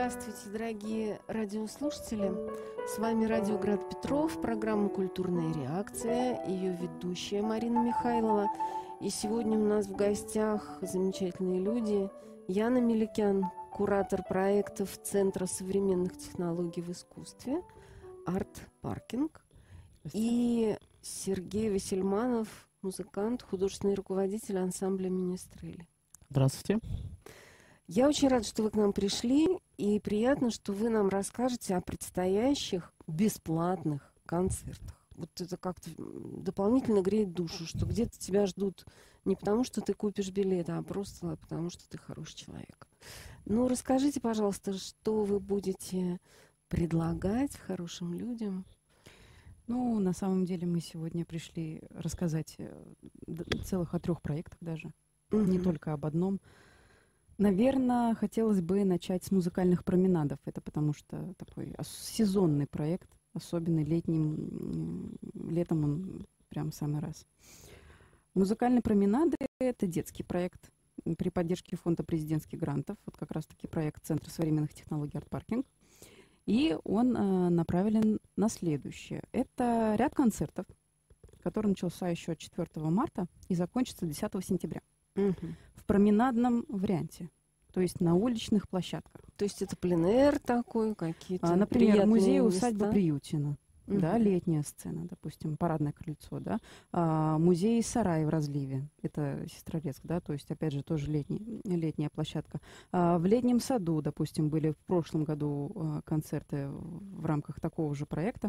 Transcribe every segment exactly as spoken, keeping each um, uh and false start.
Здравствуйте, дорогие радиослушатели. С вами радио Град Петров, программа «Культурная реакция», ее ведущая Марина Михайлова. И сегодня у нас в гостях замечательные люди. Яна Меликян, куратор проектов Центра современных технологий в искусстве «Арт Паркинг». И Сергей Васильманов, музыкант, художественный руководитель ансамбля «Министрели». Здравствуйте. Я очень рада, что вы к нам пришли, и приятно, что вы нам расскажете о предстоящих бесплатных концертах. Вот это как-то дополнительно греет душу, что где-то тебя ждут не потому, что ты купишь билет, а просто потому, что ты хороший человек. Ну, расскажите, пожалуйста, что вы будете предлагать хорошим людям? Ну, на самом деле мы сегодня пришли рассказать целых о трех проектах даже, mm-hmm. не только об одном. Наверное, хотелось бы начать с музыкальных променадов. Это потому что такой сезонный проект, особенно летним, летом он прям в самый раз. Музыкальные променады — это детский проект при поддержке фонда президентских грантов. Вот как раз-таки проект Центра современных технологий «Арт Паркинг». И он э, направлен на следующее. Это ряд концертов, который начался еще четвёртого марта и закончится десятого сентября. Угу. В променадном варианте, то есть на уличных площадках. То есть это пленэр такой, какие-то а, Например, музей-усадьба места? Приютина, угу. да, летняя сцена, допустим, парадное крыльцо, да, а, музей-сарай в Разливе, это Сестрорецк, да, то есть, опять же, тоже летний, летняя площадка. А, в летнем саду, допустим, были в прошлом году а, концерты в рамках такого же проекта,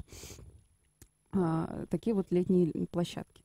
а, такие вот летние площадки.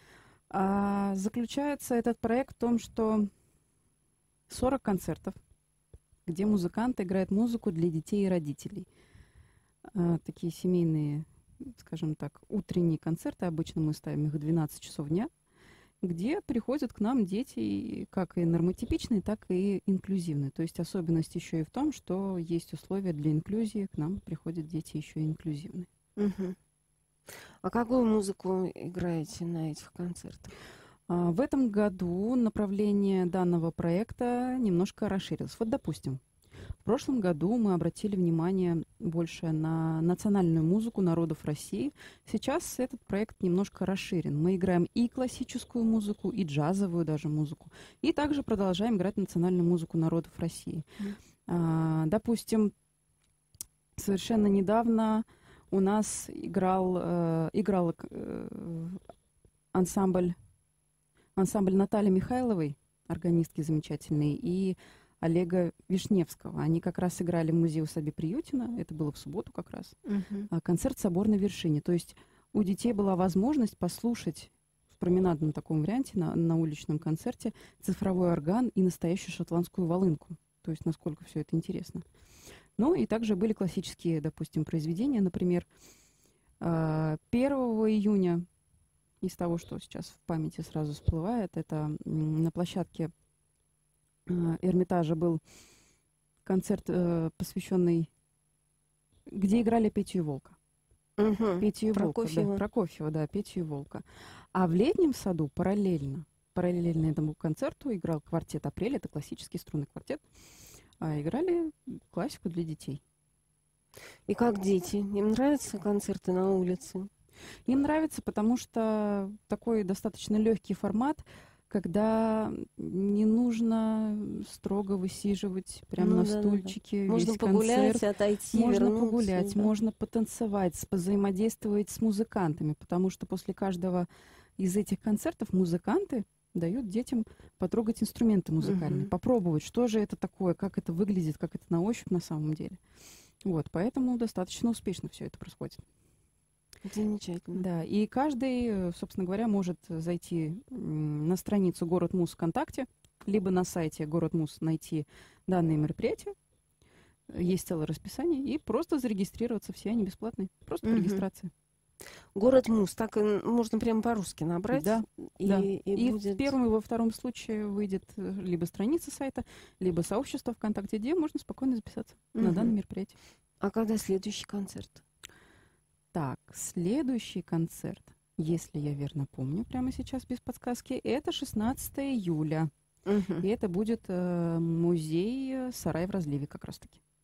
А заключается этот проект в том, что сорок концертов, где музыканты играют музыку для детей и родителей. А, такие семейные, скажем так, утренние концерты, обычно мы ставим их в двенадцать часов дня, где приходят к нам дети как и нормотипичные, так и инклюзивные. То есть особенность еще и в том, что есть условия для инклюзии, к нам приходят дети еще и инклюзивные. Угу. А какую музыку играете на этих концертах? А, в этом году направление данного проекта немножко расширилось. Вот, допустим, в прошлом году мы обратили внимание больше на национальную музыку народов России. Сейчас этот проект немножко расширен. Мы играем и классическую музыку, и джазовую даже музыку. И также продолжаем играть национальную музыку народов России. Mm. А, допустим, совершенно недавно у нас играл, э, играл э, ансамбль, ансамбль Натальи Михайловой, органистки замечательные, и Олега Вишневского. Они как раз играли в музее-усадьбе Приютина, это было в субботу как раз, uh-huh. концерт «Собор на вершине». То есть у детей была возможность послушать в променадном таком варианте, на, на уличном концерте, цифровой орган и настоящую шотландскую волынку. То есть насколько все это интересно. Ну и также были классические, допустим, произведения. Например, первого июня, из того, что сейчас в памяти сразу всплывает, это на площадке Эрмитажа был концерт, посвященный, где играли Петю и Волка. Угу. Петю и Прокофьева. Волка, да, Прокофьева, да, Петю и Волка. А в летнем саду параллельно, параллельно этому концерту играл квартет «Апрель», это классический струнный квартет, а играли классику для детей. И как дети? Им нравятся концерты на улице? Им нравится, потому что такой достаточно легкий формат, когда не нужно строго высиживать прямо ну, на да, стульчике. Да. Можно весь погулять, концерт. отойти, Можно вернуться, погулять, да. можно потанцевать, взаимодействовать с музыкантами, потому что после каждого из этих концертов музыканты дают детям потрогать инструменты музыкальные, uh-huh. попробовать, что же это такое, как это выглядит, как это на ощупь на самом деле. Вот, поэтому достаточно успешно все это происходит. Замечательно. Да, и каждый, собственно говоря, может зайти на страницу «Город Муз» ВКонтакте, либо на сайте «Город Муз» найти данные мероприятия, есть целое расписание, и просто зарегистрироваться, все они бесплатные, просто uh-huh. по регистрации. Город Муз, так и можно прямо по-русски набрать. Да, и, да. И, и будет... в первом и во втором случае выйдет либо страница сайта, либо сообщество ВКонтакте, где можно спокойно записаться угу. на данное мероприятие. А когда следующий концерт? Так, следующий концерт, если я верно помню прямо сейчас без подсказки, это шестнадцатого июля. Угу. И это будет э, музей «Сарай в Разливе» как раз-таки.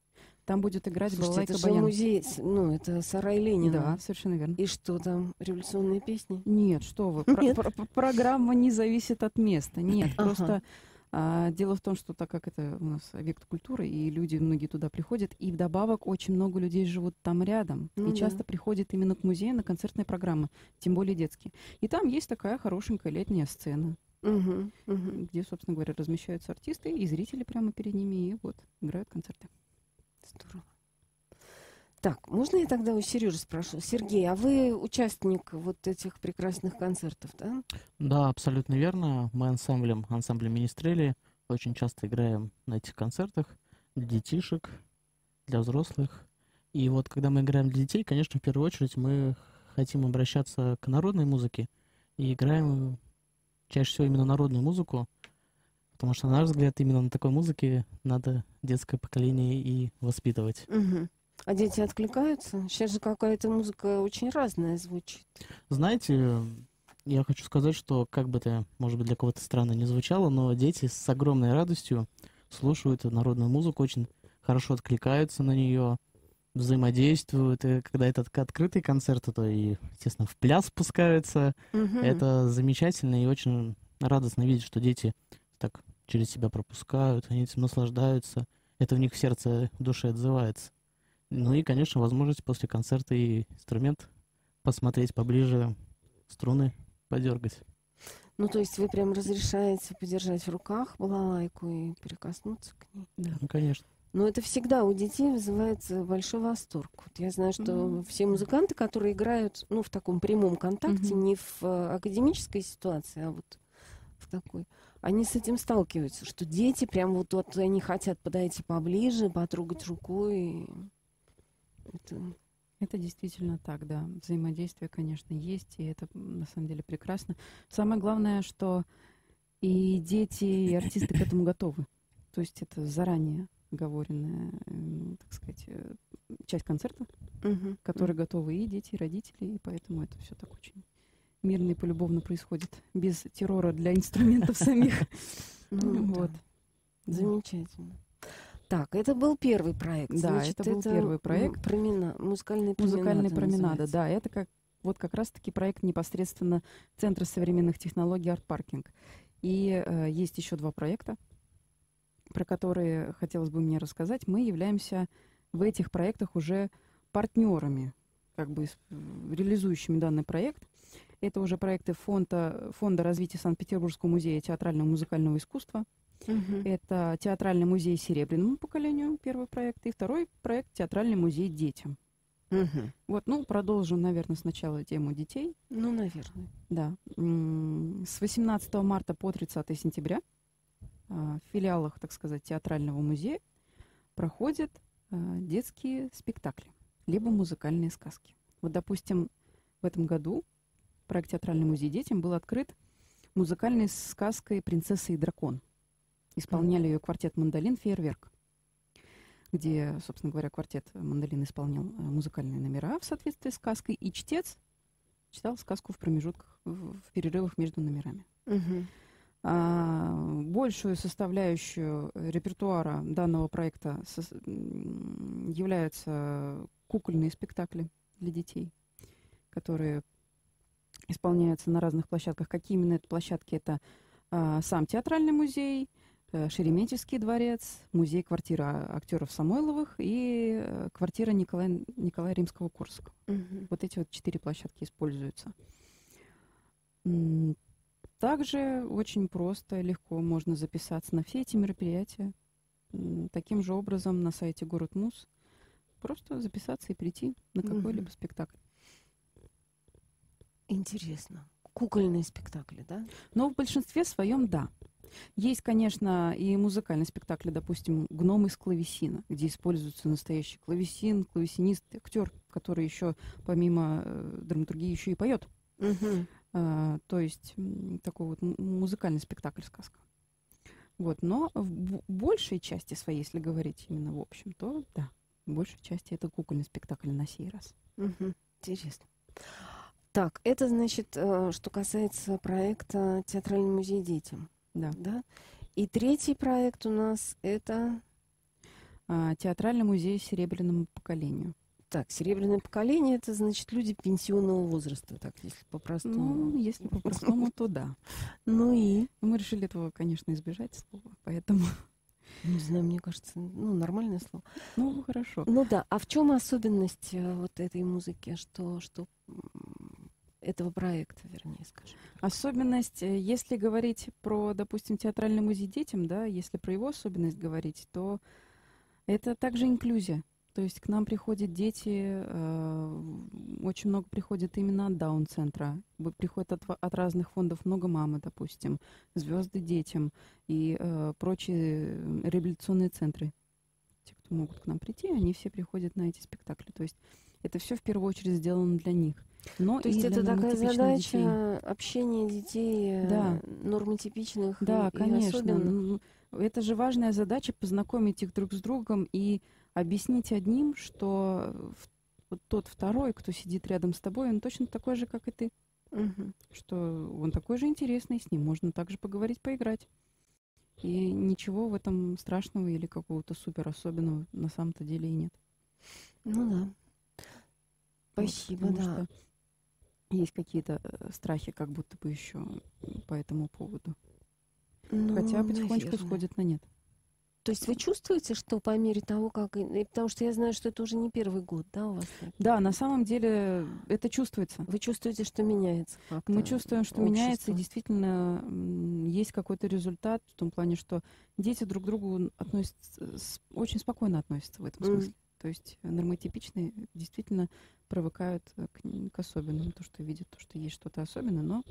Там будет играть Слушайте, балалайка это же баян. музей, ну, это сарай Ленина. Да, совершенно верно. И что там, революционные песни? Нет, что вы, про- Нет? про- про- программа не зависит от места. Нет, Ага. просто а, дело в том, что так как это у нас объект культуры, и люди многие туда приходят, и вдобавок очень много людей живут там рядом, Ну и да. часто приходят именно к музею на концертные программы, тем более детские. И там есть такая хорошенькая летняя сцена, Мгм, мгм. где, собственно говоря, размещаются артисты, и зрители прямо перед ними, и вот играют концерты. Здорово. Так, можно я тогда у Сережи спрошу? Сергей, а вы участник вот этих прекрасных концертов, да? Да, абсолютно верно. Мы ансамблем, ансамблем Министрели очень часто играем на этих концертах для детишек, для взрослых. И вот когда мы играем для детей, конечно, в первую очередь мы хотим обращаться к народной музыке и играем чаще всего именно народную музыку, потому что, на наш взгляд, именно на такой музыке надо детское поколение и воспитывать. Мгм. А дети откликаются? Сейчас же какая-то музыка очень разная звучит. Знаете, я хочу сказать, что как бы это, может быть, для кого-то странно не звучало, но дети с огромной радостью слушают народную музыку, очень хорошо откликаются на нее, взаимодействуют. И когда это к- открытый концерт, то и, естественно, в пляс спускаются. Мгм. Это замечательно и очень радостно видеть, что дети так через себя пропускают, они этим наслаждаются. Это у них в сердце, в душе отзывается. Ну и, конечно, возможность после концерта и инструмент посмотреть поближе, струны подергать. Ну, то есть вы прям разрешаете подержать в руках балалайку и прикоснуться к ней? Да. Ну, конечно. Но это всегда у детей вызывает э, большой восторг. Вот я знаю, что Мгм. все музыканты, которые играют, ну, в таком прямом контакте, Мгм. не в э, академической ситуации, а вот в такой, они с этим сталкиваются, что дети прям вот, вот они хотят подойти поближе, потрогать рукой. Это... Это действительно так, да. Взаимодействие, конечно, есть, и это м, на самом деле прекрасно. Самое главное, что и дети, и артисты к этому готовы. То есть это заранее оговоренная, м, так сказать, э, часть концерта, Мгм. к которой готовы и дети, и родители, и поэтому это все так очень мирно и полюбовно происходит, без террора для инструментов самих. Ну, да. Вот. Замечательно. Так, это был первый проект. Да, Значит, это был первый проект. м, промена- музыкальная променада. Музыкальная променада, называется. да, это как вот как раз-таки проект непосредственно Центра современных технологий «Арт-паркинг». И э, есть еще два проекта, про которые хотелось бы мне рассказать. Мы являемся в этих проектах уже партнерами, как бы с- в- реализующими данный проект. Это уже проекты фонда, фонда развития Санкт-Петербургского музея театрального и музыкального искусства. Мгм. Это театральный музей серебряному поколению, первый проект. И второй проект театральный музей детям. Мгм. Вот, ну, продолжу, наверное, сначала тему детей. Ну, наверное. Да. М, С восемнадцатого марта по тридцатое сентября а, в филиалах, так сказать, театрального музея проходят а, детские спектакли, либо музыкальные сказки. Вот, допустим, в этом году проект «Театральный музей детям» был открыт музыкальной сказкой «Принцесса и дракон». Исполняли ее квартет «Мандолин» «Фейерверк», где, собственно говоря, квартет «Мандолин» исполнял э, музыкальные номера в соответствии с сказкой, и чтец читал сказку в промежутках, в в перерывах между номерами. Мгм. А, большую составляющую репертуара данного проекта сос- м, являются кукольные спектакли для детей, которые исполняются на разных площадках. Какие именно это площадки? Это а, сам театральный музей, э, Шереметьевский дворец, музей-квартира актеров Самойловых и э, квартира Николая, Николая Римского-Корсакова. Мгм. Вот эти вот четыре площадки используются. М, Также очень просто, легко можно записаться на все эти мероприятия. М, Таким же образом на сайте Город Муз просто записаться и прийти на Мгм. какой-либо спектакль. Интересно. Кукольные спектакли, да? Но в большинстве своем да. Есть, конечно, и музыкальные спектакли, допустим, «Гном из клавесина», где используется настоящий клавесин, клавесинист, актер, который еще помимо э, драматургии еще и поет. Мгм. А, то есть м, такой вот м- музыкальный спектакль, сказка. Вот, но в б- большей части своей, если говорить именно в общем, то да, в большей части это кукольный спектакль на сей раз. Мгм. Интересно. Так, это значит, э, что касается проекта «Театральный музей детям». Да. Да? И третий проект у нас это... а, театральный музей серебряному поколению. Так, серебряное поколение — это, значит, люди пенсионного возраста, так, если по-простому. Ну, если по-простому, то да. Ну и? Мы решили этого, конечно, избежать слова, поэтому... Не знаю, мне кажется, ну, нормальное слово. Ну, хорошо. Ну да, а в чем особенность э, вот этой музыки, что, что м, этого проекта, вернее, скажем? Особенность, э, если говорить про, допустим, театральный музей детям, да, если про его особенность говорить, то это также инклюзия. То есть к нам приходят дети, э, очень много приходит именно от Даун-центра, б- приходят от, ва- от разных фондов, много мамы, допустим, звезды детям и э, прочие э, реабилитационные центры. Те, кто могут к нам прийти, они все приходят на эти спектакли. То есть это все в первую очередь сделано для них. Но То и есть для это такая нормотипичных задача детей. общения детей э, Да. нормотипичных Да, и, и конечно. особенных. М, Это же важная задача — познакомить их друг с другом и объяснить одним, что в- вот тот второй, кто сидит рядом с тобой, он точно такой же, как и ты. Мгм. Что он такой же интересный, с ним можно также поговорить, поиграть. И ничего в этом страшного или какого-то супер особенного на самом-то деле и нет. Ну да. Вот, Спасибо, потому да. что есть какие-то э, страхи, как будто бы еще по этому поводу. Ну, Хотя потихонечку наверное. сходит на нет. То есть вы чувствуете, что по мере того, как... и- и потому что я знаю, что это уже не первый год, да, у вас? так? Да, на самом деле это чувствуется. Вы чувствуете, что меняется как-то Мы чувствуем, что меняется, и общество? действительно м, есть какой-то результат в том плане, что дети друг к другу относятся, с- очень спокойно относятся в этом М. смысле. То есть нормотипичные действительно привыкают э, к, н- к особенному, то, что видят, то, что есть что-то особенное, но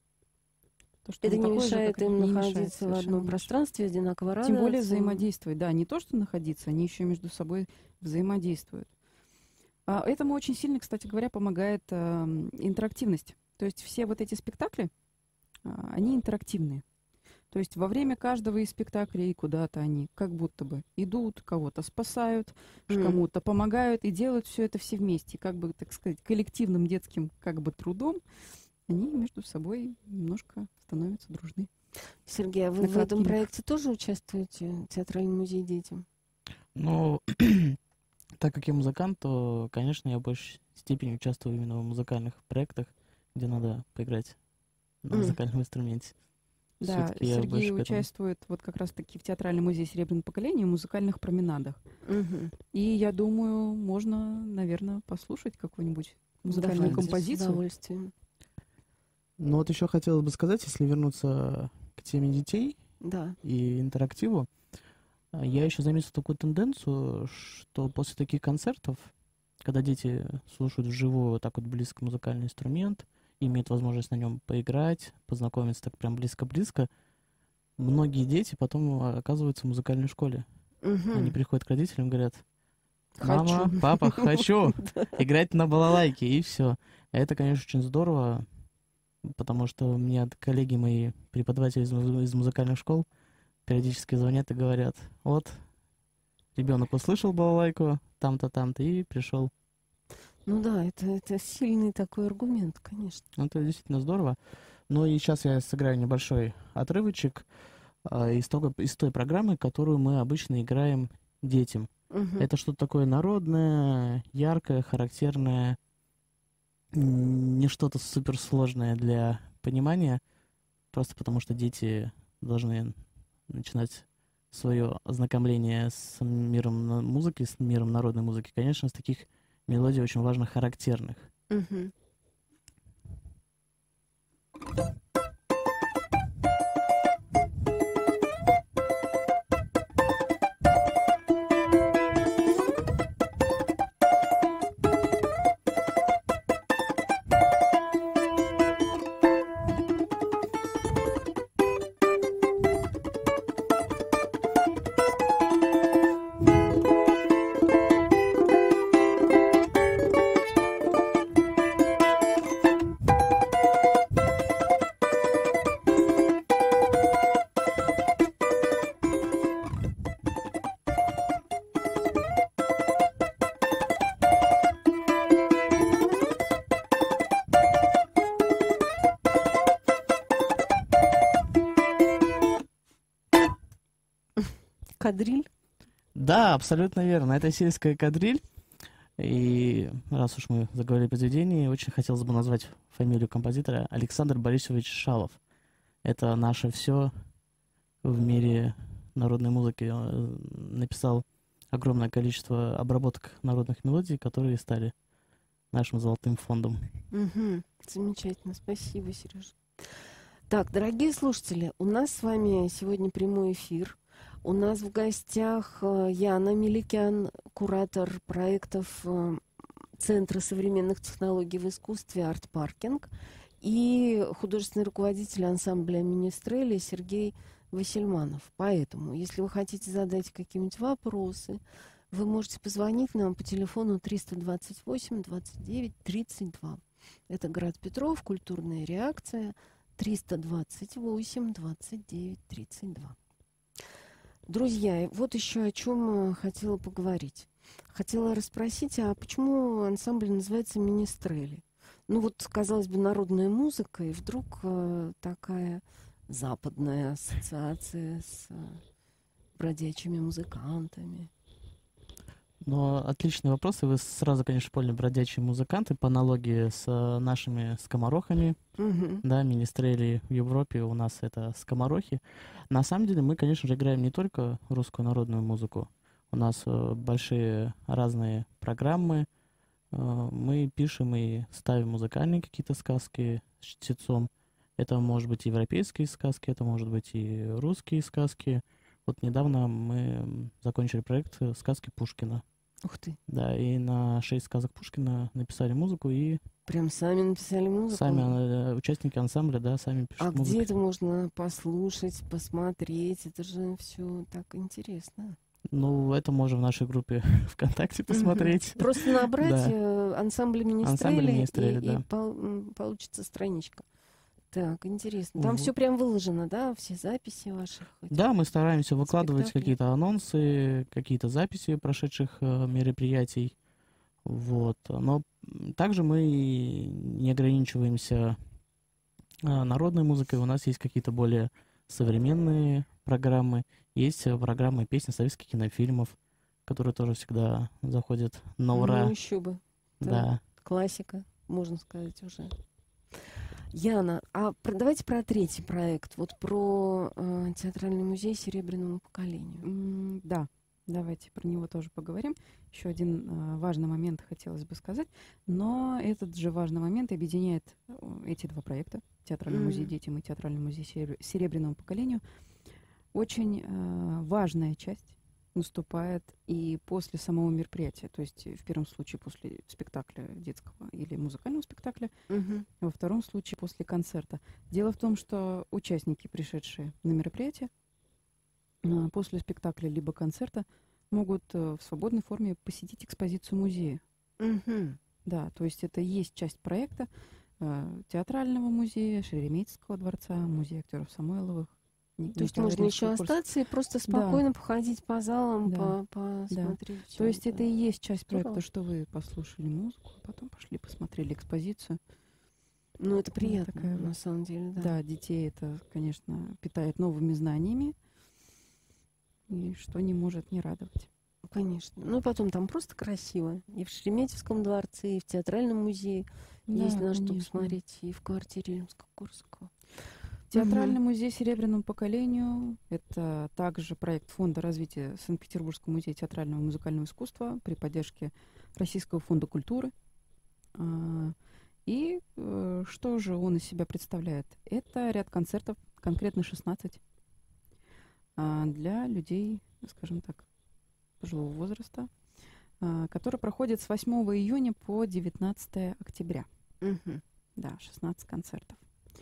то, что Это он не такой же, мешает как и- им не мешает, находиться в совершенно одном не мешает. пространстве, одинаково Тем более радоваться. взаимодействовать. Да, не то, что находиться, они еще между собой взаимодействуют. А этому очень сильно, кстати говоря, помогает эм, интерактивность. То есть все вот эти спектакли, а, они интерактивные. То есть во время каждого из спектаклей куда-то они как будто бы идут, кого-то спасают, ш- М. кому-то помогают и делают все это все вместе. И как бы, так сказать, коллективным детским как бы трудом они между собой немножко становятся дружны. Сергей, а вы На в этом картинах. проекте тоже участвуете? Театральный музей детям? Ну, так как я музыкант, то, конечно, я в большей степени участвую именно в музыкальных проектах, где надо поиграть на М. музыкальном инструменте. Да, Всё-таки я Сергей больше к этому. участвует вот как раз-таки в Театральном музее Серебряного поколения в музыкальных променадах. Мгм. И я думаю, можно, наверное, послушать какую-нибудь музыкальную Давайте, с композицию. удовольствием. Ну вот еще хотелось бы сказать, если вернуться к теме детей Да. и интерактиву, а, я еще заметил такую тенденцию, что после таких концертов, когда дети слушают вживую вот так вот близко музыкальный инструмент, имеют возможность на нем поиграть, познакомиться так прям близко-близко, многие дети потом а, оказываются в музыкальной школе. Мгм. Они приходят к родителям и говорят: мама, Хочу. папа, хочу играть на балалайке, и все. Это, конечно, очень здорово, потому что мне коллеги мои, преподаватели из, муз- из музыкальных школ, периодически звонят и говорят: вот, ребенок услышал балалайку, там-то, там-то, и пришел. Ну да, это, это сильный такой аргумент, конечно. Ну, это действительно здорово. Ну и сейчас я сыграю небольшой отрывочек а, из, того, из той программы, которую мы обычно играем детям. Мгм. Это что-то такое народное, яркое, характерное, м, не что-то суперсложное для понимания, просто потому что дети должны начинать свое ознакомление с миром на- музыки, с миром народной музыки, конечно, с таких мелодий очень важно характерных. Мгм. Кадриль? Да, абсолютно верно. Это сельская кадриль. И раз уж мы заговорили о произведении, очень хотелось бы назвать фамилию композитора Александр Борисович Шалов. Это наше все в мире народной музыки. Он написал огромное количество обработок народных мелодий, которые стали нашим золотым фондом. Угу. Замечательно. Спасибо, Сережа. Так, дорогие слушатели, у нас с вами сегодня прямой эфир. У нас в гостях Яна Меликян, куратор проектов Центра современных технологий в искусстве «Арт-паркинг», и художественный руководитель ансамбля «Министрели» Сергей Васильманов. Поэтому, если вы хотите задать какие-нибудь вопросы, вы можете позвонить нам по телефону триста двадцать восемь двадцать девять тридцать два. Это город Петров, культурная реакция, триста двадцать восемь двадцать девять тридцать два. Друзья, вот еще о чем хотела поговорить. Хотела расспросить, а почему ансамбль называется «Министрели»? Ну вот, казалось бы, народная музыка, и вдруг э, такая западная ассоциация с э, бродячими музыкантами. Но отличный вопрос, и вы сразу, конечно, поняли, бродячие музыканты по аналогии с нашими скоморохами. Угу. Да, министрели в Европе у нас это скоморохи. На самом деле мы, конечно же, играем не только русскую народную музыку. У нас э, большие разные программы. Э, мы пишем и ставим музыкальные какие-то сказки с чтецом. Это может быть европейские сказки, это может быть и русские сказки. Вот недавно мы закончили проект «Сказки Пушкина». Ух ты. Да, и на шесть сказок Пушкина написали музыку, и Прям сами написали музыку? сами э, участники ансамбля, да, сами пишут А музыку. где это можно послушать, посмотреть? Это же все так интересно. Ну, это можно в нашей группе ВКонтакте посмотреть. Просто набрать Да. э, ансамбль Ансамбль «Министрели», «Министрели», и, да. и пол- м, получится страничка. Так, интересно. Там Мгм. все прям выложено, да? Все записи ваших? этих? Да, мы стараемся выкладывать спектакли. какие-то анонсы, какие-то записи прошедших э, мероприятий. Вот. Но м, также мы не ограничиваемся э, народной музыкой. У нас есть какие-то более современные программы. Есть э, программы песни советских кинофильмов, которые тоже всегда заходят на ура. Ну, еще бы. Да. Классика, можно сказать уже. Яна, а про- давайте про третий проект, вот про э, театральный музей серебряному поколению. М, Да, давайте про него тоже поговорим. Еще один э, важный момент хотелось бы сказать, но этот же важный момент объединяет э, эти два проекта: Театральный музей Мгм. детям и Театральный музей сереб- серебряному поколению. Очень э, важная часть наступает и после самого мероприятия, то есть в первом случае после спектакля детского или музыкального спектакля, Мгм. во втором случае после концерта. Дело в том, что участники, пришедшие на мероприятие, а, после спектакля либо концерта, могут э, в свободной форме посетить экспозицию музея. Мгм. Да, то есть это и есть часть проекта э, театрального музея, Шереметьевского дворца, музея актеров Самойловых. Ни- То есть Николая можно еще Римского Корсакова. остаться и просто Да. спокойно походить по залам, Да. по- посмотреть. То всё есть это и есть часть Здорово. проекта, что вы послушали музыку, а потом пошли посмотрели экспозицию. Ну, это приятно, такая на вот. самом деле, да. Да, детей это, конечно, питает новыми знаниями, и что не может не радовать. Конечно. Ну, и потом там просто красиво. И в Шереметьевском дворце, и в Театральном музее есть Да, на что конечно. посмотреть, и в квартире Римского-Корсакова. Театральный музей серебряному поколению — это также проект Фонда развития Санкт-Петербургского музея театрального и музыкального искусства при поддержке Российского фонда культуры. А, И э, что же он из себя представляет? Это ряд концертов, конкретно шестнадцать, а, для людей, скажем так, пожилого возраста, а, который проходит с восьмого июня по девятнадцатое октября. Мгм. Да, шестнадцать концертов.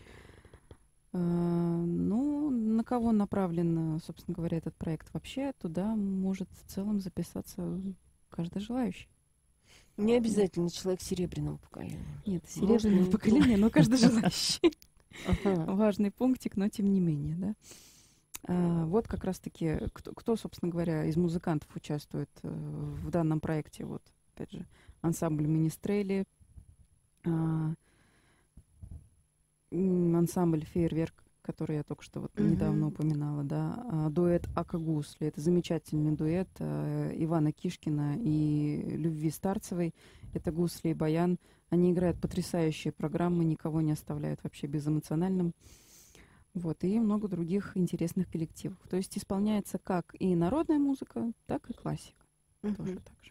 А, Ну, на кого направлен, собственно говоря, этот проект вообще? Туда может в целом записаться каждый желающий. Не обязательно человек серебряного поколения. Нет, Можно серебряного и поколения, но каждый желающий. Ага. Важный пунктик, но тем не менее, да. А, Вот как раз-таки, кто, кто, собственно говоря, из музыкантов участвует э, в данном проекте? Вот, опять же, ансамбль «Министрели», а, м, ансамбль «Фейерверк», который я только что вот Мгм. недавно упоминала, да, а, дуэт Ака Гусли. Это замечательный дуэт э, Ивана Кишкина и Любви Старцевой. Это гусли и баян. Они играют потрясающие программы, никого не оставляют вообще безэмоциональным. Вот, и много других интересных коллективов. То есть исполняется как и народная музыка, так и классика. Мгм. Тоже так же.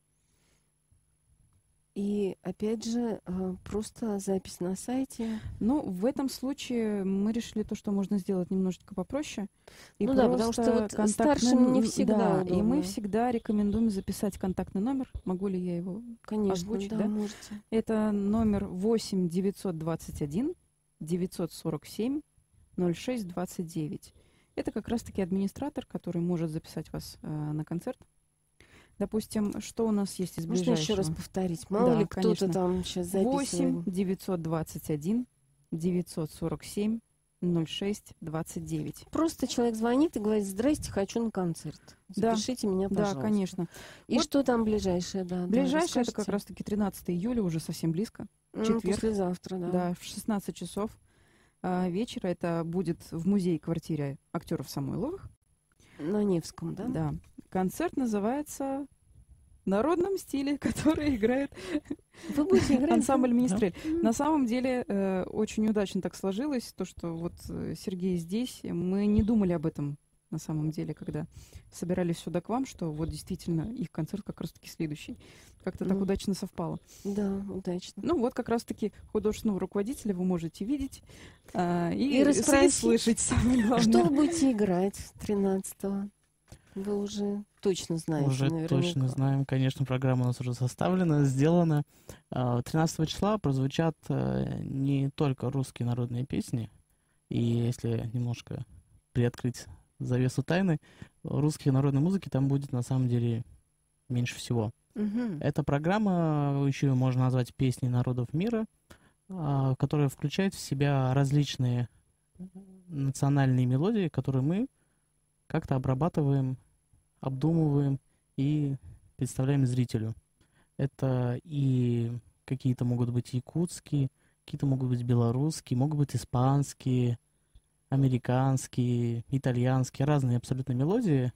И опять же, э, просто запись на сайте. Ну, в этом случае мы решили то, что можно сделать немножечко попроще. И Ну да, потому что просто вот контактный старшим не н- всегда да, и мы удобно. всегда рекомендуем записать контактный номер. Могу ли я его? Конечно, озвучить, да, да? можете. Это номер восемь девятьсот двадцать один девятьсот сорок семь ноль шесть двадцать девять. Это как раз-таки администратор, который может записать вас э, на концерт. Допустим, что у нас есть из Можно ближайшего? еще раз повторить? Мало Да, ли кто-то конечно. там сейчас восемь записывал. девятьсот двадцать один девятьсот сорок семь ноль шесть двадцать девять. Просто человек звонит и говорит: здрасте, хочу на концерт. Да, Запишите меня, Да, пожалуйста. конечно. И Вот что там ближайшее? Да, да, Ближайшее это расскажите. как раз-таки тринадцатого июля, уже совсем близко. М, четверг. Послезавтра, да. Да, в шестнадцать часов а, вечера. Это будет в музее-квартире актеров Самойловых. На Невском, да? Да. Концерт называется в народном стиле, который играет Вы будете играть? ансамбль да? «Министрель». М. На самом деле э, очень удачно так сложилось, то, что вот э, Сергей здесь. Мы не думали об этом на самом деле, когда собирались сюда к вам, что вот действительно их концерт как раз-таки следующий. Как-то так Ну. удачно совпало. Да, удачно. Ну вот как раз-таки художественного руководителя вы можете видеть а, и, И расспросить, слышать, самое главное. Что вы будете играть тринадцатого? Вы уже точно знаете, Уже наверняка. точно знаем, конечно, программа у нас уже составлена, сделана. А, тринадцатого числа прозвучат э, не только русские народные песни, и если немножко приоткрыть завесу тайны, русские народные музыки там будет на самом деле меньше всего. Мгм. Эта программа, еще ее можно назвать «Песни народов мира», а, которая включает в себя различные национальные мелодии, которые мы как-то обрабатываем, обдумываем и представляем зрителю. Это и какие-то могут быть якутские, какие-то могут быть белорусские, могут быть испанские, американские, итальянские, разные абсолютно мелодии.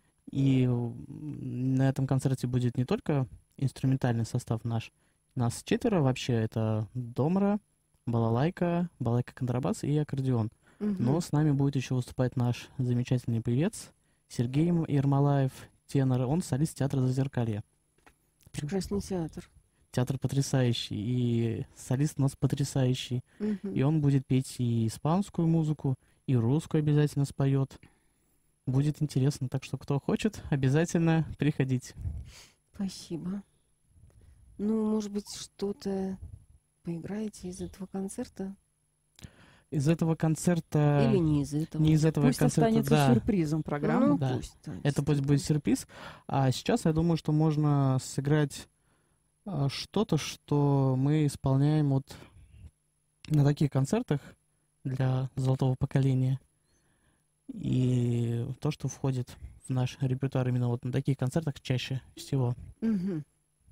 И м, на этом концерте будет не только инструментальный состав наш. Нас четверо вообще. Это домра, балалайка, балалайка-контрабас и аккордеон. Мгм. Но с нами будет еще выступать наш замечательный певец Сергей М- Ермолаев, тенор. Он солист театра «Зазеркалье». Прекрасный театр. Театр потрясающий, и солист у нас потрясающий. Мгм. И он будет петь и испанскую музыку, и русскую обязательно споет. Будет интересно, так что кто хочет, обязательно приходите. Спасибо. Ну, может быть, что-то поиграете из этого концерта? Из этого концерта... Или не из этого? Не из этого Пусть концерта, останется да. сюрпризом программы. Ну, да. пусть. да, Это пусть будет сюрприз. А сейчас я думаю, что можно сыграть а, что-то, что мы исполняем вот на таких концертах для золотого поколения. И то, что входит в наш репертуар именно вот на таких концертах чаще всего. Мгм.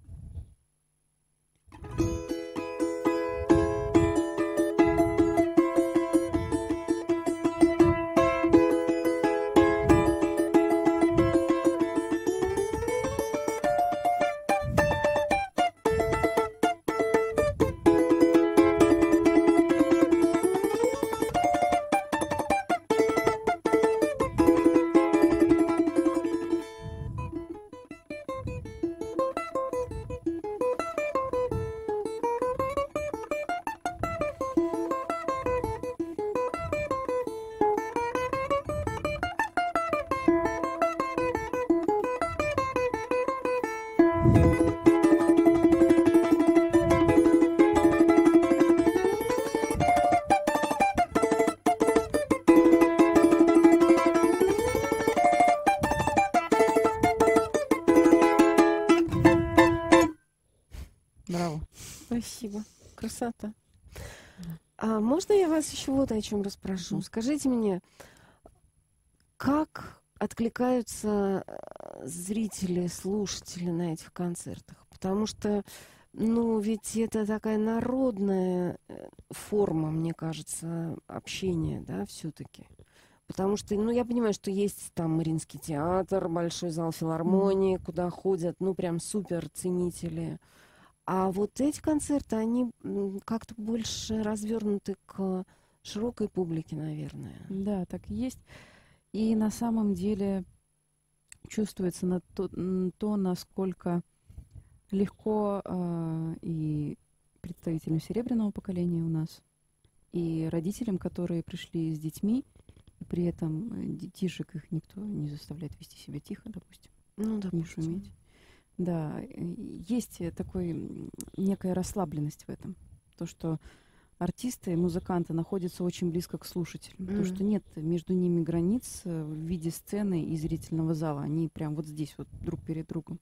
Браво. Спасибо. Красота. А можно я вас еще вот о чем расспрошу? Мгм. Скажите мне, как откликаются э, зрители, слушатели на этих концертах? Потому что Ну, ведь это такая народная э, форма, мне кажется, общения, да, все-таки. Потому что, ну, я понимаю, что есть там Мариинский театр, большой зал филармонии, Мгм. куда ходят, ну, прям супер ценители. А вот эти концерты, они м, как-то больше развернуты к широкой публике, наверное. Да, так и есть. И на самом деле чувствуется на то, м, то, насколько легко а, и представителям серебряного поколения у нас, и родителям, которые пришли с детьми, и при этом э, детишек их никто не заставляет вести себя тихо, допустим, Ну, не допустим. шуметь. Да, э, есть э, такой м, некая расслабленность в этом. То, что артисты, музыканты находятся очень близко к слушателям. То, что М. нет между ними границ э, в виде сцены и зрительного зала. Они прям вот здесь вот друг перед другом.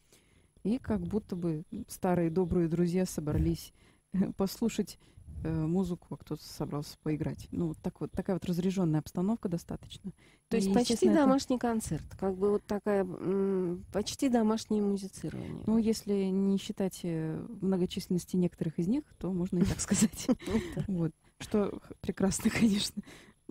И как будто бы старые добрые друзья собрались послушать э, музыку, а кто-то собрался поиграть. Ну, вот так вот, такая вот разряженная обстановка достаточно. То И, есть почти естественно, это, домашний концерт, как бы вот такая м, почти домашнее музицирование. ну, если не считать э, многочисленности некоторых из них, то можно и так сказать. Да. Вот. Что х- прекрасно, конечно.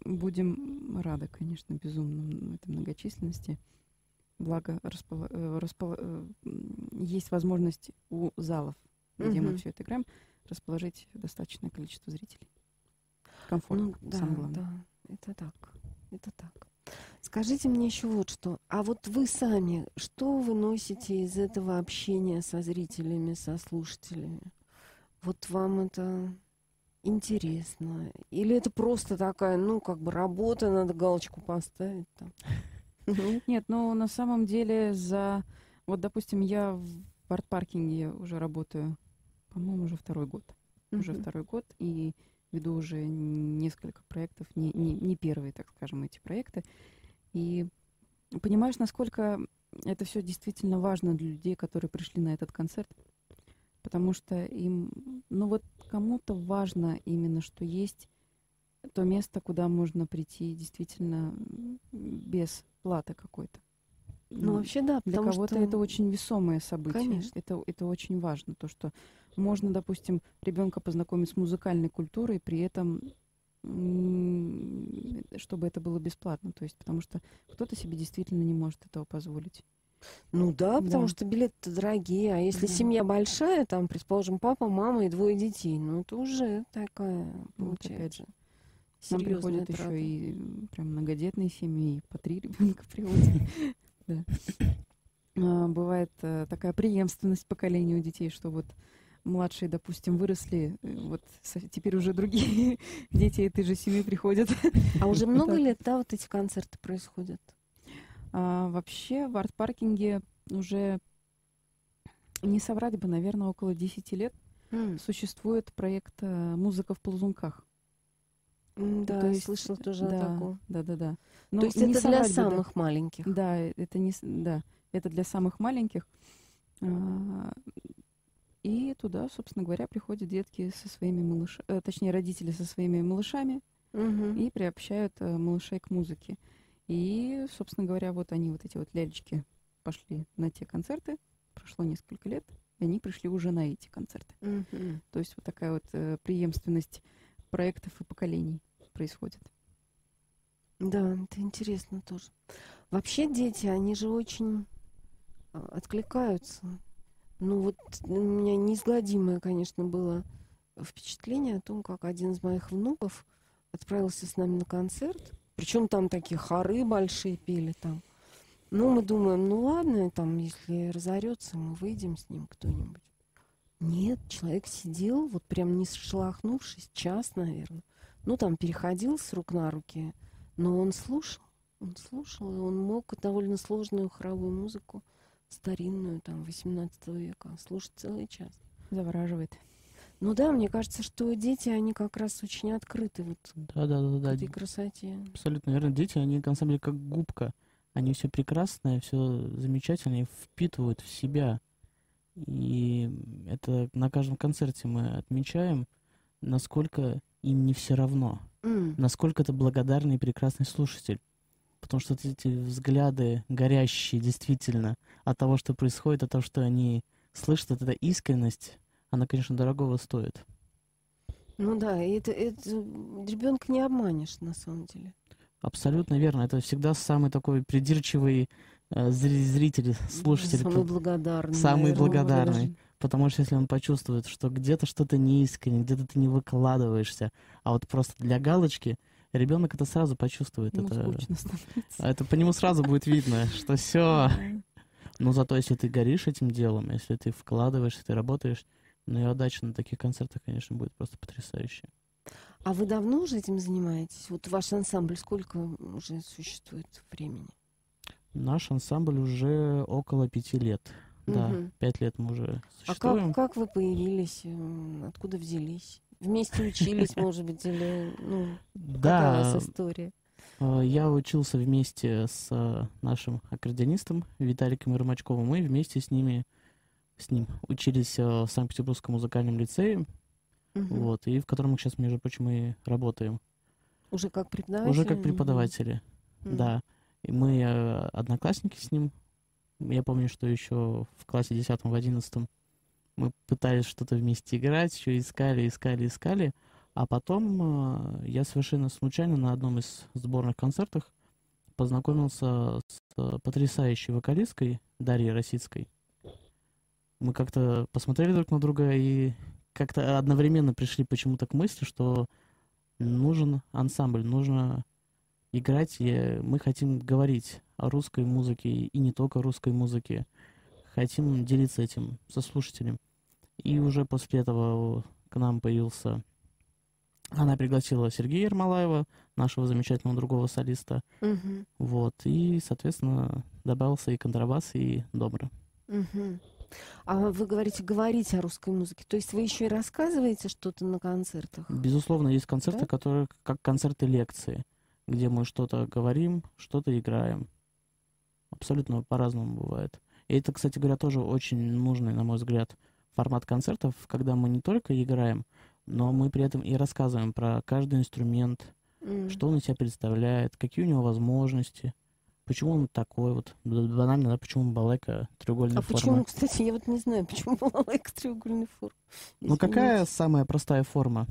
Будем рады, конечно, безумно м, этой многочисленности. Благо, распола- э, распола- э, м, есть возможность у залов, где мы Мгм. все это играем, расположить достаточное количество зрителей. Комфортно, Ну, да, самое главное. да, это так, это так. Скажите мне еще вот что. А вот вы сами, что вы носите из этого общения со зрителями, со слушателями? Вот вам это интересно? Или это просто такая, ну, как бы работа, надо галочку поставить там? Ну, Нет, ну на самом деле за... Вот, допустим, я в арт-паркинге уже работаю, по-моему, уже второй год. Уже мгм. второй год, и веду уже несколько проектов, не, не, не первые, так скажем, эти проекты. И понимаешь, насколько это все действительно важно для людей, которые пришли на этот концерт. Потому что им, ну вот кому-то важно именно, что есть то место, куда можно прийти действительно м, без платы какой-то. Ну, Ну, вообще, да, для потому кого-то что, это очень весомое событие. конечно. Это, это очень важно. То, что можно, допустим, ребенка познакомить с музыкальной культурой, при этом м, чтобы это было бесплатно. То есть, потому что кто-то себе действительно не может этого позволить. Ну да, потому Да, что билеты дорогие. А если да. семья большая, там, предположим, папа, мама и двое детей, ну это уже такая, Вот опять же. получается, К нам серьезная приходят трата. еще и м, прям многодетные семьи, и по три ребенка приводят. Да. А, Бывает э, такая преемственность поколения у детей, что вот младшие, допустим, выросли, э, вот со- теперь уже другие дети этой же семьи приходят. А уже Вот много так. лет, да, вот эти концерты происходят? А вообще в арт-паркинге уже, не соврать бы, наверное, около десяти лет М, существует проект э, «Музыка в ползунках». м, То Да, я есть, слышала тоже о да, таком. да, да, да. То Ну, есть не это для соврать бы, да. самых маленьких. Да, это не, с- да, это для самых маленьких. А, И туда, собственно говоря, приходят детки со своими малышами, точнее, родители со своими малышами Мгм. и приобщают э, малышей к музыке. И, собственно говоря, вот они, вот эти вот лялечки, пошли на те концерты. Прошло несколько лет, и они пришли уже на эти концерты. Мгм. То есть вот такая вот э, преемственность проектов и поколений происходит. Да, это интересно тоже. Вообще дети, они же очень а, откликаются. Ну вот у меня неизгладимое, конечно, было впечатление о том, как один из моих внуков отправился с нами на концерт. Причем там такие хоры большие пели там. Ну, мы думаем, ну ладно, там, если разорется, мы выйдем с ним кто-нибудь. Нет, человек сидел, вот прям не шелохнувшись, час, наверное. Ну, там переходил с рук на руки, но он слушал, он слушал, и он мог довольно сложную хоровую музыку, старинную, там, восемнадцатого века, слушать целый час. Завораживает. Ну да, мне кажется, что дети, они как раз очень открыты вот Да, да, да, к да. этой красоте. Абсолютно верно. Дети, они на самом деле как губка. Они все прекрасное, все замечательное, и впитывают в себя. И это на каждом концерте мы отмечаем, насколько им не все равно, М, насколько это благодарный и прекрасный слушатель. Потому что вот эти взгляды горящие действительно от того, что происходит, от того, что они слышат, вот эта искренность, она, конечно, дорогого стоит. Ну да, и это, это ребенка не обманешь, на самом деле. Абсолютно верно. Это всегда самый такой придирчивый э, зри- зритель, слушатель. Самый благодарный. Самый наверное, благодарный. даже. Потому что если он почувствует, что где-то что-то неискренне, где-то ты не выкладываешься, а вот просто для галочки, ребенок это сразу почувствует. Ему это, скучно становится. это по нему сразу будет видно, что все. Но зато если ты горишь этим делом, если ты вкладываешься, ты работаешь, ну и отдача на таких концертах, конечно, будет просто потрясающая. А вы давно уже этим занимаетесь? Вот ваш ансамбль сколько уже существует времени? Наш ансамбль уже около пяти лет. Да, Мгм. пять лет мы уже А существуем. как, как вы появились? М, Откуда взялись? Вместе учились, может быть, или ну, какая у Да, вас история? э, я учился вместе с э, нашим аккордеонистом Виталиком Ермачковым. Мы вместе с ними, с ним учились э, в Санкт-Петербургском музыкальном лицее, Мгм. вот, и в котором мы сейчас, между прочим, и работаем. Уже как преподаватель? Уже как Мгм. преподаватели, Мгм. да. И мы э, одноклассники с ним. Я помню, что еще в классе десятом, в одиннадцатом мы пытались что-то вместе играть, еще искали, искали, искали. А потом э, я совершенно случайно на одном из сборных концертов познакомился с э, потрясающей вокалисткой Дарьей Росицкой. Мы как-то посмотрели друг на друга и как-то одновременно пришли почему-то к мысли, что нужен ансамбль, нужно играть, и мы хотим говорить о русской музыке и не только русской музыке. Хотим делиться этим со слушателем. И уже после этого к нам появился... Она пригласила Сергея Ермолаева, нашего замечательного другого солиста. Мгм. Вот. И, соответственно, добавился и контрабас, и добро. Мгм. А вы говорите, говорить о русской музыке. То есть вы еще и рассказываете что-то на концертах? Безусловно, есть концерты, Да? которые как концерты-лекции, где мы что-то говорим, что-то играем. Абсолютно по-разному бывает. И это, кстати говоря, тоже очень нужный, на мой взгляд, формат концертов, когда мы не только играем, но мы при этом и рассказываем про каждый инструмент, М. что он из себя представляет, какие у него возможности, почему он такой вот, б- банально, да, почему балалайка треугольной А формы. почему, кстати, я вот не знаю, почему балалайка треугольной формы? Ну какая Извините. самая простая форма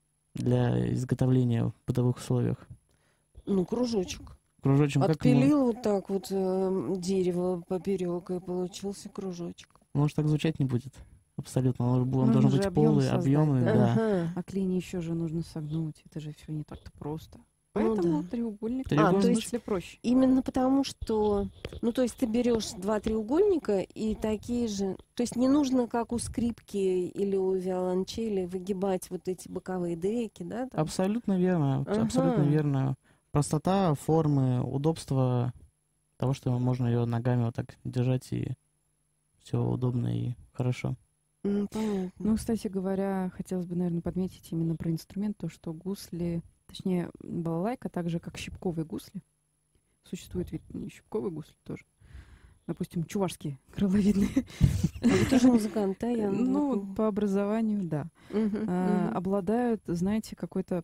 для изготовления в бытовых условиях? Ну, кружочек. Кружочек, как ему... Отпилил вот так вот э, дерево поперек, и получился кружочек. Может, так звучать не будет? Абсолютно. Он, он Нужно должен же быть объем полый, создать, объемный, да. да. Ага. А клини еще же нужно согнуть. Это же все не так-то просто. Ну Поэтому да. треугольник Треугольник. в А, то есть смысле проще. именно потому, что... Ну, то есть ты берешь два треугольника и такие же... То есть не нужно, как у скрипки или у виолончели, выгибать вот эти боковые деки, да? там? Абсолютно верно. абс- Абсолютно Ага. верно. Простота формы, удобство того, что можно ее ногами вот так держать, и все удобно и хорошо. М, понятно. Ну, кстати говоря, хотелось бы, наверное, подметить именно про инструмент, то, что гусли, точнее, балалайка, так же, как щипковые гусли. Существует ведь не щипковые гусли тоже. Допустим, чувашские, крыловидные. А вы тоже музыкант, да? Я Ну, вот- по образованию, да. Мгм, А, мгм. Обладают, знаете, какой-то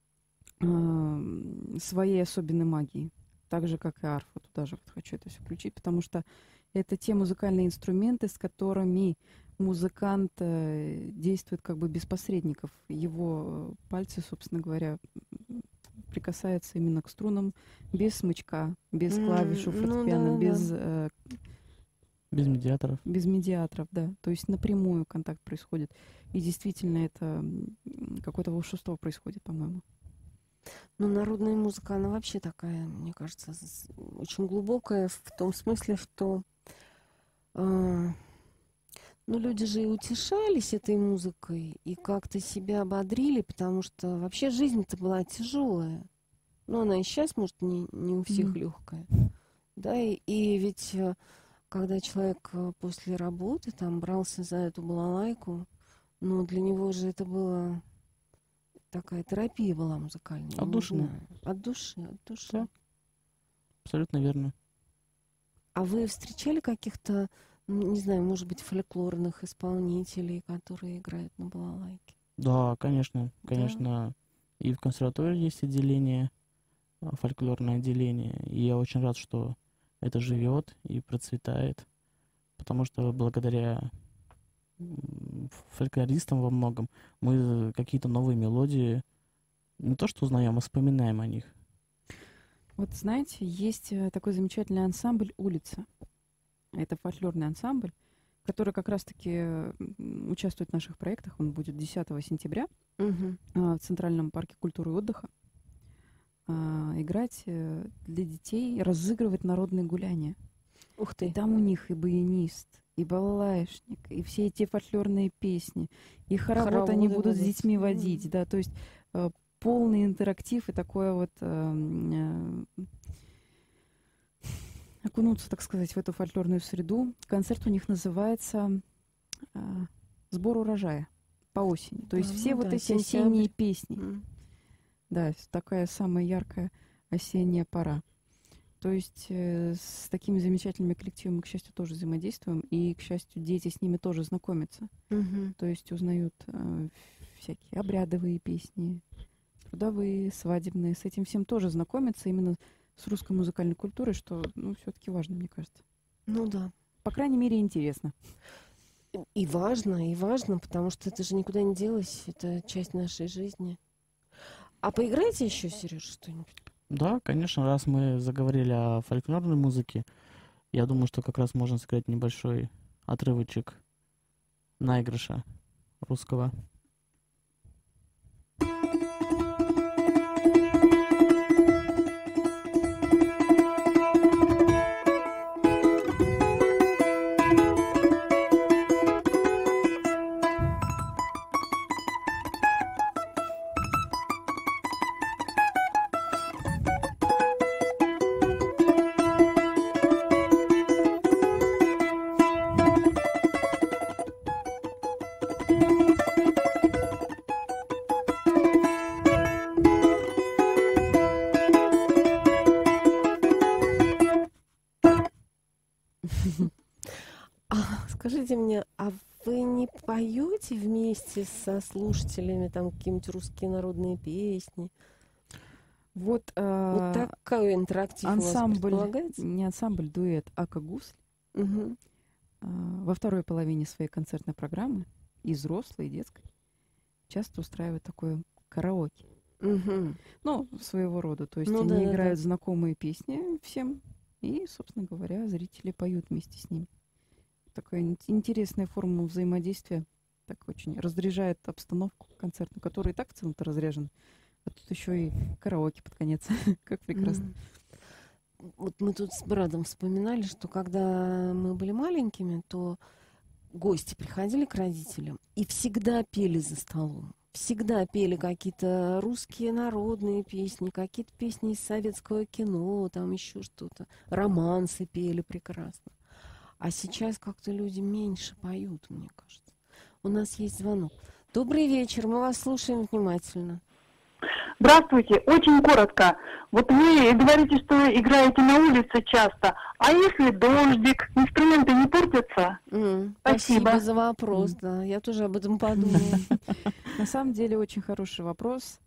ам, своей особенной магией. Так же, как и арфа. Туда же вот хочу это все включить, потому что это те музыкальные инструменты, с которыми музыкант э, действует как бы без посредников. Его э, пальцы, собственно говоря, м, прикасаются именно к струнам без смычка, без М, клавиш у ну фортепиано, да-да-да. без, э, Без медиаторов. без медиаторов, да. То есть напрямую контакт происходит. И действительно это м, какое-то волшебство происходит, по-моему. Ну, народная музыка, она вообще такая, мне кажется, с- очень глубокая в том смысле, что а, ну, люди же и утешались этой музыкой, и как-то себя ободрили, потому что вообще жизнь-то была тяжелая. Ну, она и сейчас, может, не, не у всех Мгм. легкая. Да, и, и ведь э, когда человек э, после работы там брался за эту балалайку, ну, для него же это было такая терапия была музыкальная. я не Отдушина. знаю. От души, от души. Да. Абсолютно верно. А вы встречали каких-то, м, не знаю, может быть, фольклорных исполнителей, которые играют на балалайке? Да, конечно, Да? конечно. И в консерватории есть отделение, а, фольклорное отделение. И я очень рад, что это живет и процветает. Потому что благодаря м, фольклористом во многом. Мы какие-то новые мелодии не то что узнаем, а вспоминаем о них. Вот знаете, есть э, такой замечательный ансамбль «Улица». Это фольклорный ансамбль, который как раз-таки э, м, участвует в наших проектах. Он будет десятого сентября Мгм. а, в Центральном парке культуры и отдыха а, играть э, для детей, разыгрывать народные гуляния. Ух И ты. там у них и баянист, и балалайшник, и все эти фольклорные песни, и хоровод они Хороводы будут с будут. детьми М. водить, да, то есть э, полный интерактив и такое вот эм, э, окунуться, так сказать, в эту фольклорную среду. Концерт у них называется э, «Сбор урожая» по осени. То есть А, все ну вот да, эти сентябрь. осенние песни, М. да, с- такая самая яркая осенняя пора. То есть э, с такими замечательными коллективами мы, к счастью, тоже взаимодействуем, и, к счастью, дети с ними тоже знакомятся. Мгм. То есть узнают э, всякие обрядовые песни, трудовые, свадебные. С этим всем тоже знакомятся именно с русской музыкальной культурой, что, ну, все-таки важно, мне кажется. Ну да. По крайней мере, интересно. И- И важно, и важно, потому что это же никуда не делось, это часть нашей жизни. А поиграйте еще, Сереж, что-нибудь? Да, конечно, раз мы заговорили о фольклорной музыке, я думаю, что как раз можно сыграть небольшой отрывочек наигрыша русского. А скажите мне, а вы не поете вместе со слушателями там какие-нибудь русские народные песни? Вот, Вот э, такой интерактив у вас ансамбль, предполагается? не ансамбль, дуэт «Ака Гусль» Мгм. э, во второй половине своей концертной программы, и взрослой, и детской, часто устраивают такое караоке. Мгм. Ну, своего рода. То есть Ну они да-да-да. играют знакомые песни всем, и, собственно говоря, зрители поют вместе с ними. Такая ин- интересная форма взаимодействия. Так очень разряжает обстановку концертную, которая и так в целом-то разряжена. А тут еще и караоке под конец. Как прекрасно. М. Вот мы тут с Брадом вспоминали, что когда мы были маленькими, то гости приходили к родителям и всегда пели за столом. Всегда пели какие-то русские народные песни, какие-то песни из советского кино, там еще что-то. Романсы пели прекрасно. А сейчас как-то люди меньше поют, мне кажется. У нас есть звонок. Добрый вечер, мы вас слушаем внимательно. Здравствуйте, очень коротко. Вот вы говорите, что играете на улице часто, а если дождик, инструменты не портятся? М, Спасибо. Спасибо за вопрос, М. да, я тоже об этом подумала. На самом деле очень хороший вопрос.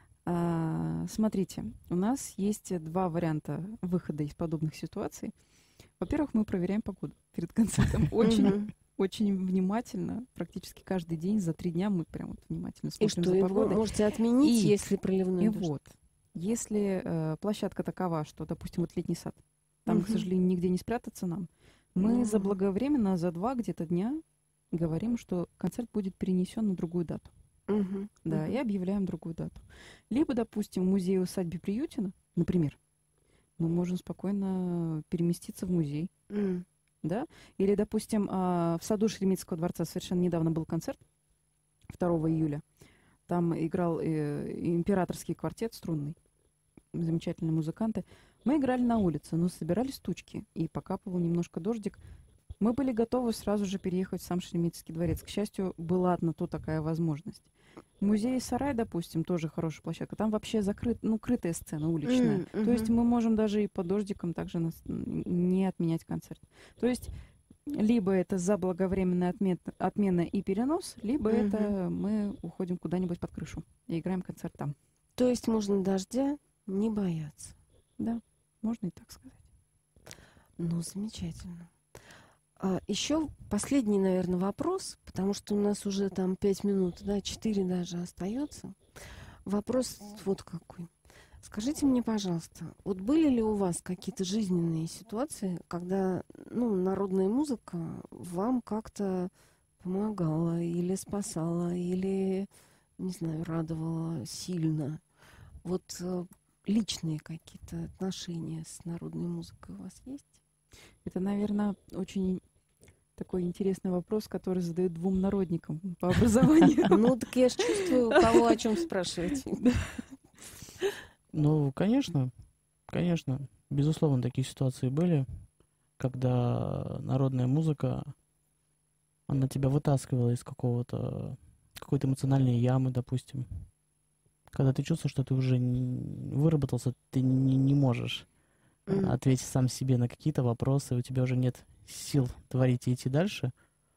А, Смотрите, у нас есть два варианта выхода из подобных ситуаций. Во-первых, мы проверяем погоду перед концертом очень, Мгм. очень внимательно. Практически каждый день за три дня мы прям вот внимательно И смотрим что, за и вы погодой. можете отменить, И- если проливной И дождь? вот, если э, площадка такова, что, допустим, вот летний сад, там, к Мгм. сожалению, нигде не спрятаться нам, мы Ну. заблаговременно за два где-то дня говорим, что концерт будет перенесен на другую дату. Мгм. Да, Мгм. и объявляем другую дату. Либо, допустим, в музее-усадьбе Приютина, например, мы можем спокойно переместиться в музей, М. да? Или, допустим, а, в саду Шереметьевского дворца совершенно недавно был концерт, второго июля. Там играл э, императорский квартет струнный, замечательные музыканты. Мы играли на улице, но собирались тучки, и покапывал немножко дождик. Мы были готовы сразу же переехать в сам Шереметьевский дворец. К счастью, была на то такая возможность. Музей Сарай, допустим, тоже хорошая площадка. Там вообще закрыт, ну, крытая сцена уличная. М, То есть мгм. мы можем даже и под дождиком также нас- н- не отменять концерт. То есть либо это заблаговременная отмет- отмена и перенос, либо Мгм. это мы уходим куда-нибудь под крышу и играем концерт там. То есть можно дождя не бояться. Да, можно и так сказать. Ну, замечательно. А еще последний, наверное, вопрос, потому что у нас уже там пять минут, да, четыре даже остается. Вопрос вот какой. Скажите мне, пожалуйста, вот были ли у вас какие-то жизненные ситуации, когда, ну, народная музыка вам как-то помогала или спасала, или, не знаю, радовала сильно? Вот э, личные какие-то отношения с народной музыкой у вас есть? Это, наверное, очень такой интересный вопрос, который задают двум народникам по образованию. Ну, так я же чувствую, кого о чем спрашивать. Ну, конечно, конечно. Безусловно, такие ситуации были, когда народная музыка, она тебя вытаскивала из какого-то, какой-то эмоциональной ямы, допустим. Когда ты чувствуешь, что ты уже не выработался, ты не, не можешь Мгм. ответить сам себе на какие-то вопросы, у тебя уже нет сил творить и идти дальше,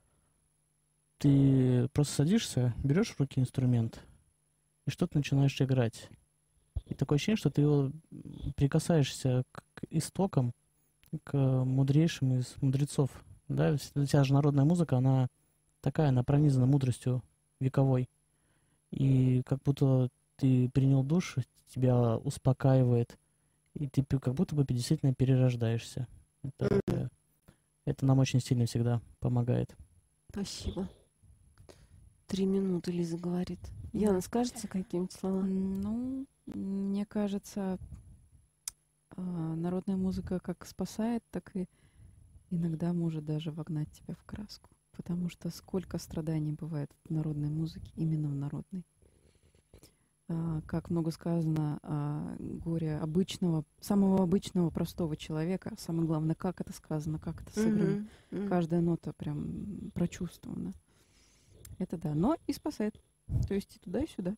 ты просто садишься, берешь в руки инструмент и что-то начинаешь играть. И такое ощущение, что ты его прикасаешься к к истокам, к мудрейшим из мудрецов. Да, вс- вся же народная музыка, она такая, она пронизана мудростью вековой. И как будто ты принял душ, тебя успокаивает, и ты пе- как будто бы действительно перерождаешься. Это, Мгм. это нам очень сильно всегда помогает. Спасибо. Три минуты Лиза говорит. Яна, скажете какие-нибудь слова? Ну, мне кажется, а, народная музыка как спасает, так и иногда может даже вогнать тебя в краску. Потому что сколько страданий бывает в народной музыке, именно в народной. А, Как много сказано о горе обычного, самого обычного простого человека. Самое главное, как это сказано, как это сыграно. Мгм. Мгм. Каждая нота прям прочувствована. Это да, но и спасает. То есть и туда, и сюда.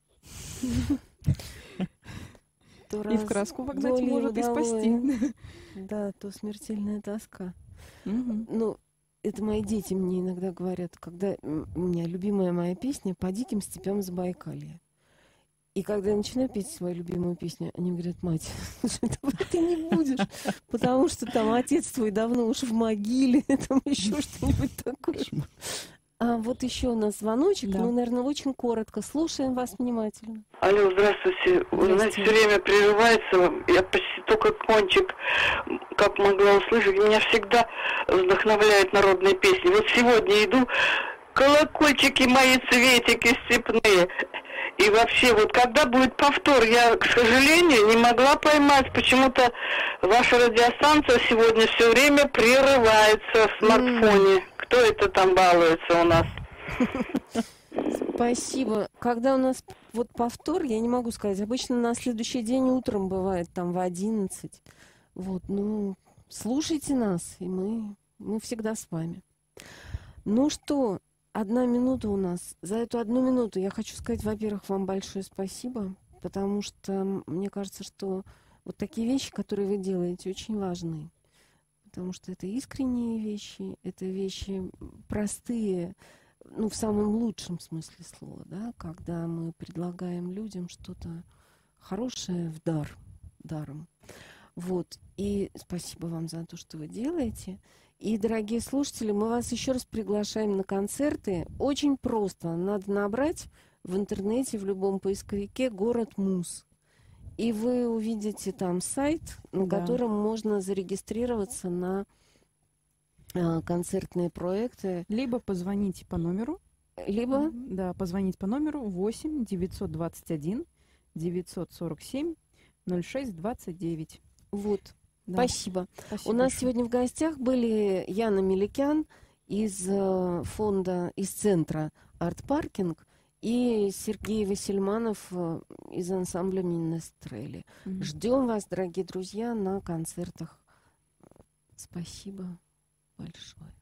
То И в раз краску вогнать долей может, и удалое. спасти. Да, то смертельная тоска. Мгм. Ну, это мои дети мне иногда говорят, когда м, у меня любимая моя песня «По диким степям Забайкалья». И когда я начинаю петь свою любимую песню, они говорят: мать, этого ты не будешь, потому что там отец твой давно уж в могиле, там еще что-нибудь такое. А вот еще у нас звоночек, Да. ну, наверное, очень коротко. Слушаем вас внимательно. Алло, здравствуйте. Вы знаете, Здрасте. все время прерывается. Я почти только кончик, как могла услышать. Меня всегда вдохновляют народные песни. Вот сегодня иду, колокольчики мои, цветики степные. И вообще, вот когда будет повтор, я, к сожалению, не могла поймать. Почему-то ваша радиостанция сегодня все время прерывается в смартфоне. Кто это там балуется у нас? Спасибо. Когда у нас вот повтор, я не могу сказать. Обычно на следующий день утром бывает там в одиннадцать. Вот, ну, слушайте нас, и мы, мы всегда с вами. Ну что, одна минута у нас. За эту одну минуту я хочу сказать, во-первых, вам большое спасибо, потому что мне кажется, что вот такие вещи, которые вы делаете, очень важны. Потому что это искренние вещи, это вещи простые, ну, в самом лучшем смысле слова, да, когда мы предлагаем людям что-то хорошее в дар, даром. Вот. И спасибо вам за то, что вы делаете. И, дорогие слушатели, мы вас еще раз приглашаем на концерты. Очень просто. Надо набрать в интернете, в любом поисковике «Город Муз». И вы увидите там сайт, на Да. котором можно зарегистрироваться на э, концертные проекты. Либо позвоните по номеру. Либо Да, позвонить по номеру восемь девятьсот двадцать один девятьсот сорок семь ноль шесть двадцать девять. вот. Да. Спасибо. Спасибо У нас большое. сегодня в гостях были Яна Меликян из э, фонда, из центра «Арт-паркинг» и Сергей Васильманов э, из ансамбля «Минестрели». Мгм. Ждем вас, дорогие друзья, на концертах. Спасибо большое.